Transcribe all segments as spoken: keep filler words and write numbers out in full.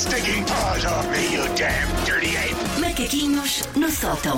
stinking paws off me, you damn dirty ape! Macaquinhos no sótão.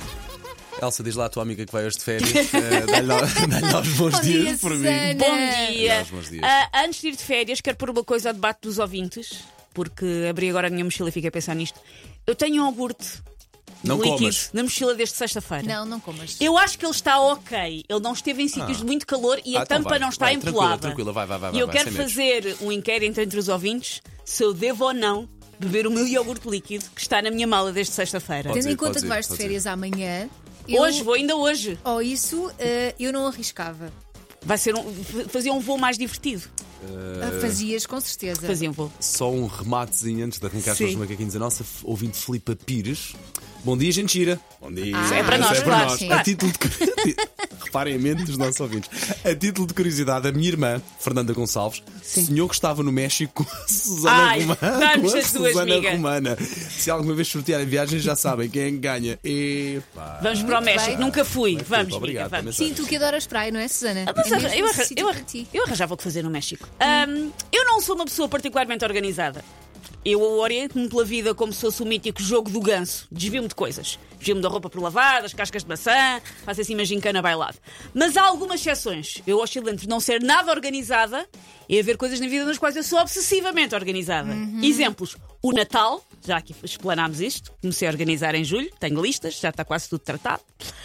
Elsa, diz lá à tua amiga que vai hoje de férias. uh, Dá-lhe lá- dá-lhe lá os bons Bom dias dia, por mim. Susana. Bom dia. Os bons dias. Ah, antes de ir de férias, quero pôr uma coisa ao debate dos ouvintes, porque abri agora a minha mochila e fiquei a pensar nisto. Eu tenho um iogurte Não líquido comas. na mochila desde sexta-feira. Não, não comas. Eu acho que ele está ok. Ele não esteve em sítios de muito calor e Ah, a então tampa vai, não está vai, tranquila, empolada. tranquila, vai, vai, vai, E eu vai, quero sem medos. fazer um inquérito entre os ouvintes se eu devo ou não beber o meu iogurte líquido que está na minha mala desde sexta-feira. Pode Tendo ser, em conta pode que ser, vais de pode férias amanhã. eu- Hoje, vou ainda hoje. Ou isso, eh, eu não arriscava. Vai ser um, fazia um voo mais divertido. Ah, Fazias com certeza. Fazia um voo. Só um rematezinho antes de arrancar Sim. os macaquinhos. A nossa f- ouvinte Filipa Pires. Bom dia, gente gira. Bom dia. Ah, é para Isso nós, é para claro, nós. sim. A título de Reparem a mente dos nossos ouvintes. A título de curiosidade, a minha irmã, Fernanda Gonçalves, Sim. sonhou que estava no México com a Susana Ai, Romana. dá-nos Com a as duas, Susana amiga. Romana. Se alguma vez sortearem viagens, já sabem quem é que ganha. Epá. Vamos para o México. bem. Nunca fui. Vamos, obrigado amiga, vamos. pela Sim, tu que adoras praia, não é, Susana? Ah, mas É arra- mesmo eu, esse arra- sítio eu para arra- ti. eu arranjava o que fazer no México. Ahm, eu não sou uma pessoa particularmente organizada. Eu oriento-me pela vida como se fosse o mítico jogo do ganso. Desvio-me de coisas. Desvio-me da roupa por lavar, das cascas de maçã, faço assim uma gincana bailado. Mas há algumas exceções. Eu oscilo entre não ser nada organizada e haver coisas na vida nas quais eu sou obsessivamente organizada. Exemplos. O Natal, já aqui explanámos isto. Comecei a organizar em julho, tenho listas, já está quase tudo tratado.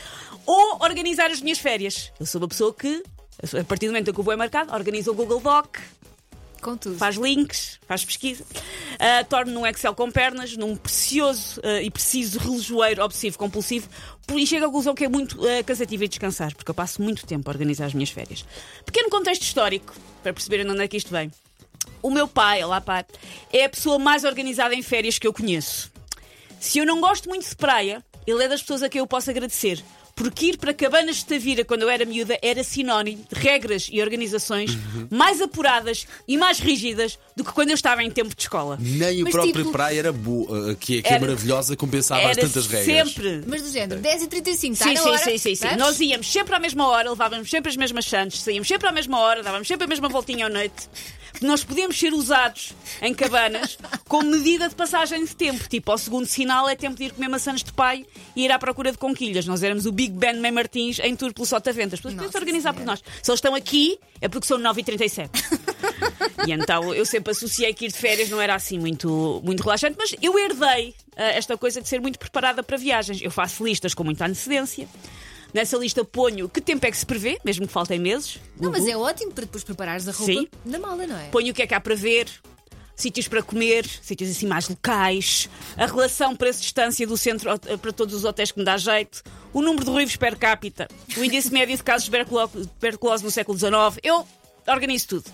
Ou organizar as minhas férias. Eu sou uma pessoa que, a partir do momento em que o voo é marcado, organiza o Google Doc, Com tudo. faz links, faz pesquisa, uh, torno num Excel com pernas, num precioso uh, e preciso relojoeiro obsessivo compulsivo, e chego à conclusão que é muito uh, cansativo e descansar, porque eu passo muito tempo a organizar as minhas férias. Pequeno contexto histórico, para perceberem de onde é que isto vem. O meu pai, olá pai, é a pessoa mais organizada em férias que eu conheço. Se eu não gosto muito de praia, ele é das pessoas a quem eu posso agradecer. Porque ir para cabanas de Tavira quando eu era miúda era sinónimo de regras e organizações mais apuradas e mais rígidas do que quando eu estava em tempo de escola. Nem a Mas própria tipo- praia era boa, que é, que é Era- maravilhosa, compensava as Era tantas regras. sempre. Mas do género, dez e trinta e cinco, está Sim, na sim, hora. sim, sim, sim. Vamos? Nós íamos sempre à mesma hora, levávamos sempre as mesmas chantes, saíamos sempre à mesma hora, dávamos sempre a mesma voltinha à noite. Nós podíamos ser usados em cabanas como medida de passagem de tempo. Tipo, ao segundo sinal é tempo de ir comer maçãs de pai e ir à procura de conquilhas. Nós éramos o Big Ben Mãe Martins em tour pelo Sotaventas. Portanto, podemos Nossa organizar por Senhora. nós. Se eles estão aqui, é porque são nove e trinta e sete. E então eu sempre associei que ir de férias não era assim muito, muito relaxante, mas eu herdei ah, esta coisa de ser muito preparada para viagens. Eu faço listas com muita antecedência. Nessa lista ponho que tempo é que se prevê, mesmo que faltem meses. Não, mas é ótimo para depois preparares a roupa Sim. na mala, não é? Ponho o que é que há para ver, sítios para comer, sítios assim mais locais, a relação preço-distância do centro eh, para todos os hotéis que me dá jeito, o número de ruivos per capita, o índice médio de casos de tuberculo- tuberculose no século dezenove. Eu organizo tudo.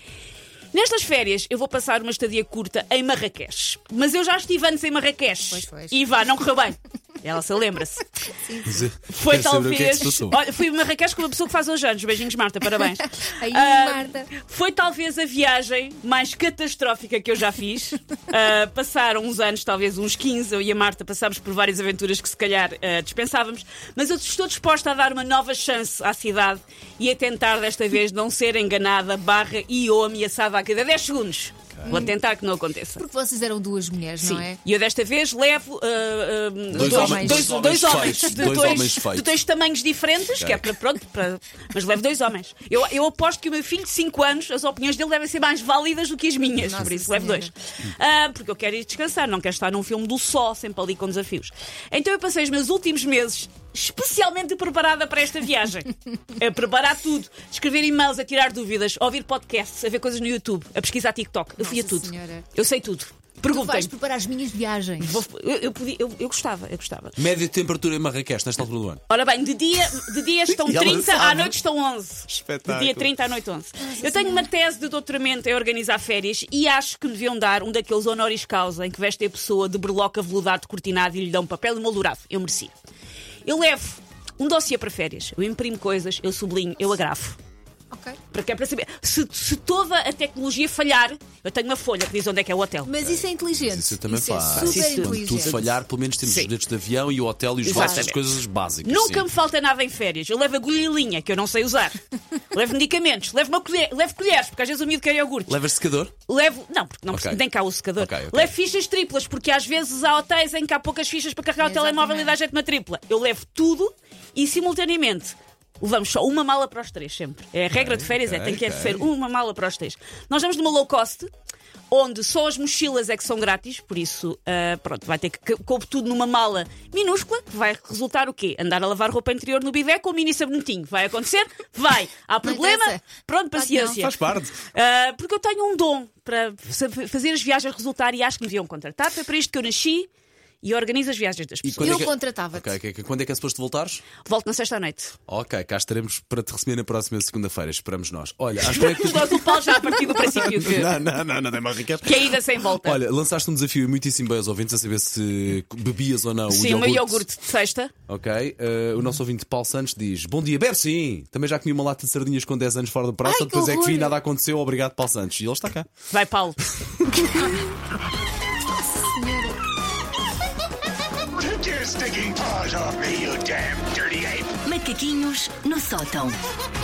Nestas férias eu vou passar uma estadia curta em Marrakech. Mas eu já estive antes em Marrakech. Pois, pois. E vá, não correu bem. Ela se lembra-se. Mas, eh, Foi quero saber o talvez. que é que se passou. Olha, fui a Marrakech com uma pessoa que faz hoje anos. Beijinhos, Marta, parabéns. Aí, Ah, Marta. Foi talvez a viagem mais catastrófica que eu já fiz. Ah, passaram uns anos, talvez uns quinze, eu e a Marta passámos por várias aventuras que se calhar ah, dispensávamos, mas eu estou disposta a dar uma nova chance à cidade e a tentar desta vez não ser enganada, barra e ou ameaçada a cada dez segundos. Vou tentar que não aconteça. Porque vocês eram duas mulheres, Sim. não é? E eu desta vez levo ah, ah, Dois homens- dois, dois dois homens homens, feios. de, Dois dois, homens feios. de dois tamanhos diferentes, que é para pronto, para, mas levo dois homens. Eu, eu aposto que o meu filho de cinco anos, as opiniões dele devem ser mais válidas do que as minhas, Nossa por isso Senhora. levo dois. Ah, porque eu quero ir descansar, não quero estar num filme do só, sempre ali com desafios. Então eu passei os meus últimos meses especialmente preparada para esta viagem. A preparar tudo, escrever e-mails, a tirar dúvidas, a ouvir podcasts, a ver coisas no YouTube, a pesquisar TikTok. Eu fui a Nossa tudo. Senhora. Eu sei tudo. Tu Perguntem. vais preparar as minhas viagens. Vou- Eu, eu, podia- eu- eu gostava, eu gostava. Média de temperatura em Marrakech nesta altura do ano. Ora bem, de dia, de dia estão E ela trinta, sabe. à noite estão onze. Espetáculo. De dia trinta, à noite onze. Eu tenho uma tese de doutoramento em organizar férias e acho que deviam dar um daqueles honoris causa em que vestem a pessoa de berloca veludado cortinado e lhe dão um papel emoldurado. Eu mereci. Eu levo um dossiê para férias. Eu imprimo coisas, eu sublinho, eu agrafo. Ok. Para, que é para saber. Se, se toda a tecnologia falhar, eu tenho uma folha que diz onde é que é o hotel. Mas isso é inteligente. Isso eu também isso é faço. super Isso tudo. Quando inteligente. tudo falhar, pelo menos temos Sim. os bilhetes de avião e o hotel e os voos, Exatamente. as coisas básicas. Nunca sim. me falta nada em férias. Eu levo agulhinha, que eu não sei usar. Levo medicamentos, levo, uma colher, levo colheres, porque às vezes o miúdo quer iogurte. Levas secador? Levo. Não, porque não Ok. preciso, nem cá o secador. Ok, ok. Levo fichas triplas, porque às vezes há hotéis em que há poucas fichas para carregar o Exatamente. telemóvel e dar jeito na tripla. Eu levo tudo e simultaneamente. Levamos só uma mala para os três, sempre. É a regra de férias, é ok, tem que ok. ser uma mala para os três. Nós vamos numa low cost, onde só as mochilas é que são grátis, por isso, ah, pronto, vai ter que couber tudo numa mala minúscula, que vai resultar o quê? Andar a lavar roupa interior no bidé com um mini sabonetinho. Vai acontecer? Vai. Há problema? interessa. Pronto, Claro que não. paciência. Faz parte. Ah, porque eu tenho um dom para sa- fazer as viagens resultar e acho que me deviam contratar. Foi para isto que eu nasci e organizo as viagens das E pessoas. quando Eu é que- contratava-te. Ok, ok, ok. Quando é que é suposto voltares? Volto na sexta-noite. Ok, cá estaremos para te receber na próxima segunda-feira. Esperamos nós. Olha, à espera que tu... Nós o Paulo já a partir do princípio que, Não, não, não, não tem mais Ricardo. que é ida sem volta. Olha, lançaste um desafio muitíssimo bem aos ouvintes a saber se bebias ou não o Sim, o iogurte. meu iogurte de sexta. Ok, eh, o nosso ouvinte Paulo Santos diz: bom dia, bebe sim! Também já comi uma lata de sardinhas com dez anos fora do prato, Ai, que depois é que fui e horror! nada aconteceu, obrigado Paulo Santos. E ele está cá. Vai, Paulo. Take your stinking paws off me, you damn dirty ape! Macaquinhos no sótão.